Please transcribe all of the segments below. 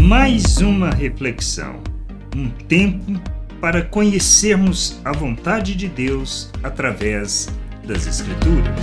Mais uma reflexão, um tempo para conhecermos a vontade de Deus através das Escrituras.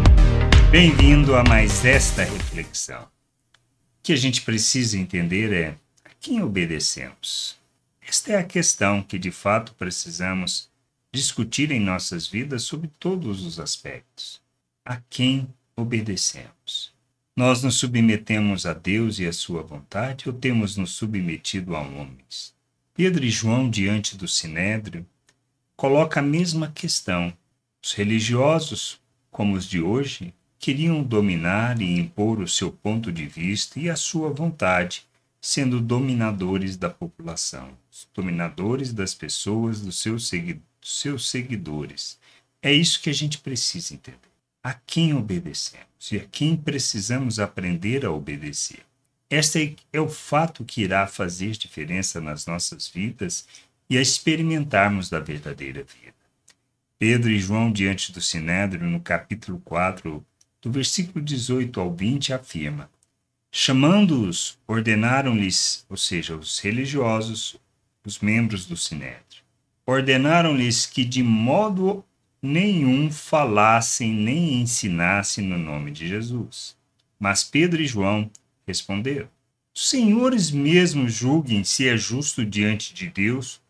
Bem-vindo a mais esta reflexão. O que a gente precisa entender é a quem obedecemos. Esta é a questão que de fato precisamos discutir em nossas vidas sobre todos os aspectos. A quem obedecemos? Nós nos submetemos a Deus e a sua vontade ou temos nos submetido a homens? Pedro e João, diante do Sinédrio, colocam a mesma questão. Os religiosos, como os de hoje, queriam dominar e impor o seu ponto de vista e a sua vontade, sendo dominadores da população, dominadores das pessoas, dos seus seguidores. É isso que a gente precisa entender. A quem obedecemos e a quem precisamos aprender a obedecer. Este é o fato que irá fazer diferença nas nossas vidas e a experimentarmos da verdadeira vida. Pedro e João, diante do Sinédrio, no capítulo 4, do versículo 18 ao 20, afirma: chamando-os, ordenaram-lhes, ou seja, os religiosos, os membros do Sinédrio, ordenaram-lhes que de modo nenhum falassem nem ensinassem no nome de Jesus. Mas Pedro e João responderam: os senhores mesmos julguem se é justo diante de Deus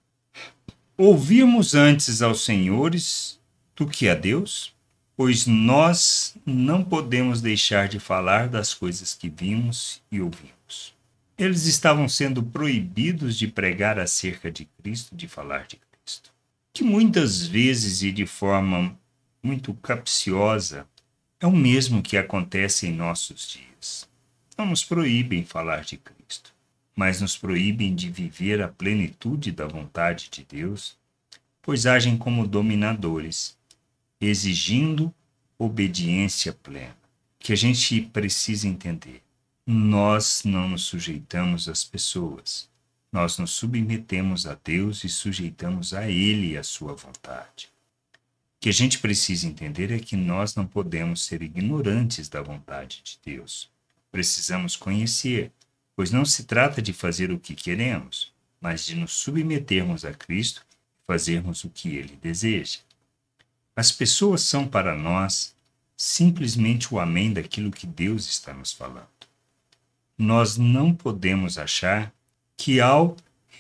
ouvirmos antes aos senhores do que a Deus? Pois nós não podemos deixar de falar das coisas que vimos e ouvimos. Eles estavam sendo proibidos de pregar acerca de Cristo, de falar de Cristo, que muitas vezes e de forma muito capciosa é o mesmo que acontece em nossos dias. Não nos proíbem falar de Cristo, mas nos proíbem de viver a plenitude da vontade de Deus, pois agem como dominadores, exigindo obediência plena. Que a gente precisa entender. Nós não nos sujeitamos às pessoas. Nós nos submetemos a Deus e sujeitamos a Ele a sua vontade. O que a gente precisa entender é que nós não podemos ser ignorantes da vontade de Deus. Precisamos conhecer, pois não se trata de fazer o que queremos, mas de nos submetermos a Cristo e fazermos o que Ele deseja. As pessoas são para nós simplesmente o amém daquilo que Deus está nos falando. Nós não podemos achar que ao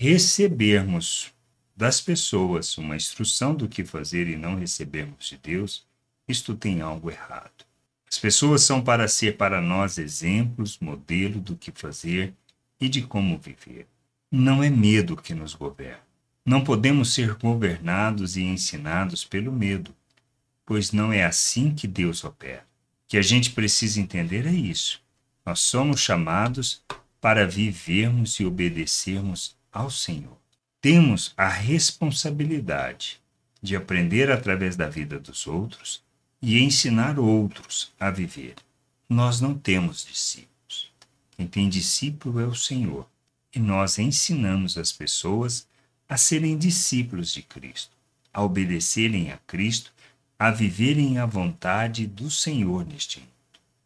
recebermos das pessoas uma instrução do que fazer e não recebermos de Deus, isto tem algo errado. As pessoas são para ser para nós exemplos, modelo do que fazer e de como viver. Não é medo que nos governa. Não podemos ser governados e ensinados pelo medo, pois não é assim que Deus opera. O que a gente precisa entender é isso. Nós somos chamados para vivermos e obedecermos ao Senhor. Temos a responsabilidade de aprender através da vida dos outros e ensinar outros a viver. Nós não temos discípulos. Quem tem discípulo é o Senhor. E nós ensinamos as pessoas a serem discípulos de Cristo, a obedecerem a Cristo, a viverem a vontade do Senhor neste mundo.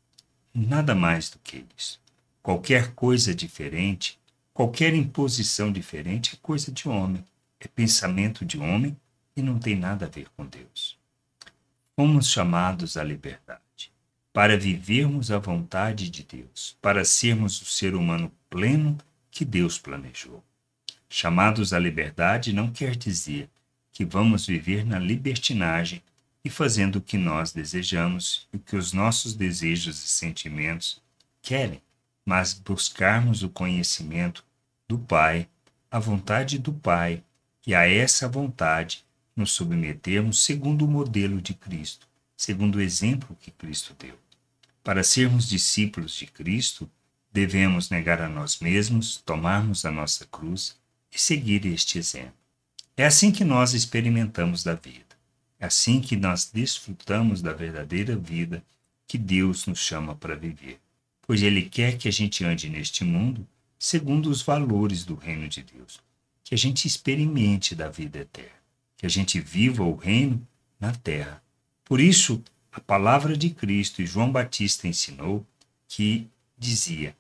Nada mais do que isso. Qualquer coisa diferente, qualquer imposição diferente é coisa de homem, é pensamento de homem e não tem nada a ver com Deus. Fomos chamados à liberdade, para vivermos a vontade de Deus, para sermos o ser humano pleno que Deus planejou. Chamados à liberdade não quer dizer que vamos viver na libertinagem e fazendo o que nós desejamos e o que os nossos desejos e sentimentos querem, mas buscarmos o conhecimento do Pai, a vontade do Pai, e a essa vontade nos submetermos segundo o modelo de Cristo, segundo o exemplo que Cristo deu. Para sermos discípulos de Cristo, devemos negar a nós mesmos, tomarmos a nossa cruz e seguir este exemplo. É assim que nós experimentamos da vida. É assim que nós desfrutamos da verdadeira vida que Deus nos chama para viver. Pois Ele quer que a gente ande neste mundo segundo os valores do reino de Deus. Que a gente experimente da vida eterna. Que a gente viva o reino na terra. Por isso, a palavra de Cristo e João Batista ensinou que dizia: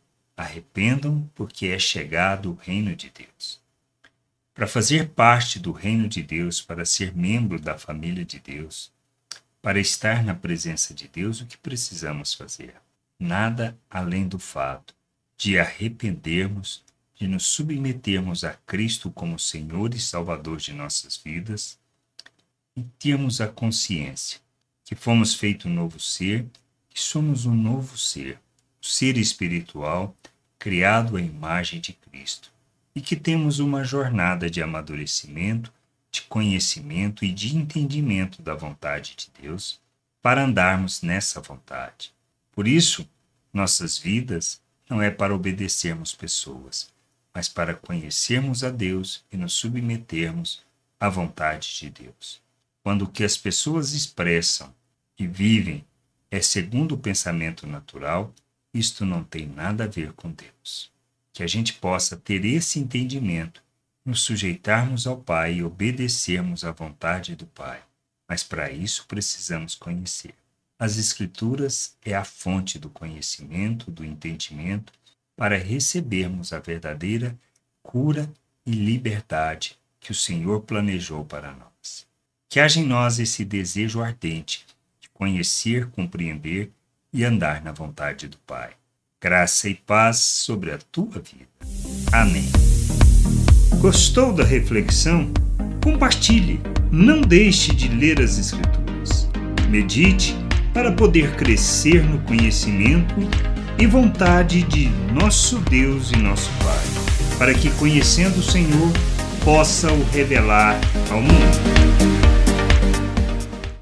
Arrependam, porque é chegado o reino de Deus. Para fazer parte do reino de Deus, para ser membro da família de Deus, para estar na presença de Deus, o que precisamos fazer? Nada além do fato de arrependermos, de nos submetermos a Cristo como Senhor e Salvador de nossas vidas e termos a consciência que fomos feito um novo ser, que somos um novo ser, um ser espiritual criado à imagem de Cristo e que temos uma jornada de amadurecimento, de conhecimento e de entendimento da vontade de Deus para andarmos nessa vontade. Por isso, nossas vidas não é para obedecermos pessoas, mas para conhecermos a Deus e nos submetermos à vontade de Deus. Quando o que as pessoas expressam e vivem é segundo o pensamento natural, isto não tem nada a ver com Deus. Que a gente possa ter esse entendimento, nos sujeitarmos ao Pai e obedecermos à vontade do Pai. Mas para isso precisamos conhecer. As Escrituras é a fonte do conhecimento, do entendimento, para recebermos a verdadeira cura e liberdade que o Senhor planejou para nós. Que haja em nós esse desejo ardente de conhecer, compreender e andar na vontade do Pai. Graça e paz sobre a tua vida. Amém. Gostou da reflexão? Compartilhe. Não deixe de ler as Escrituras. Medite para poder crescer no conhecimento e vontade de nosso Deus e nosso Pai, para que, conhecendo o Senhor, possa o revelar ao mundo.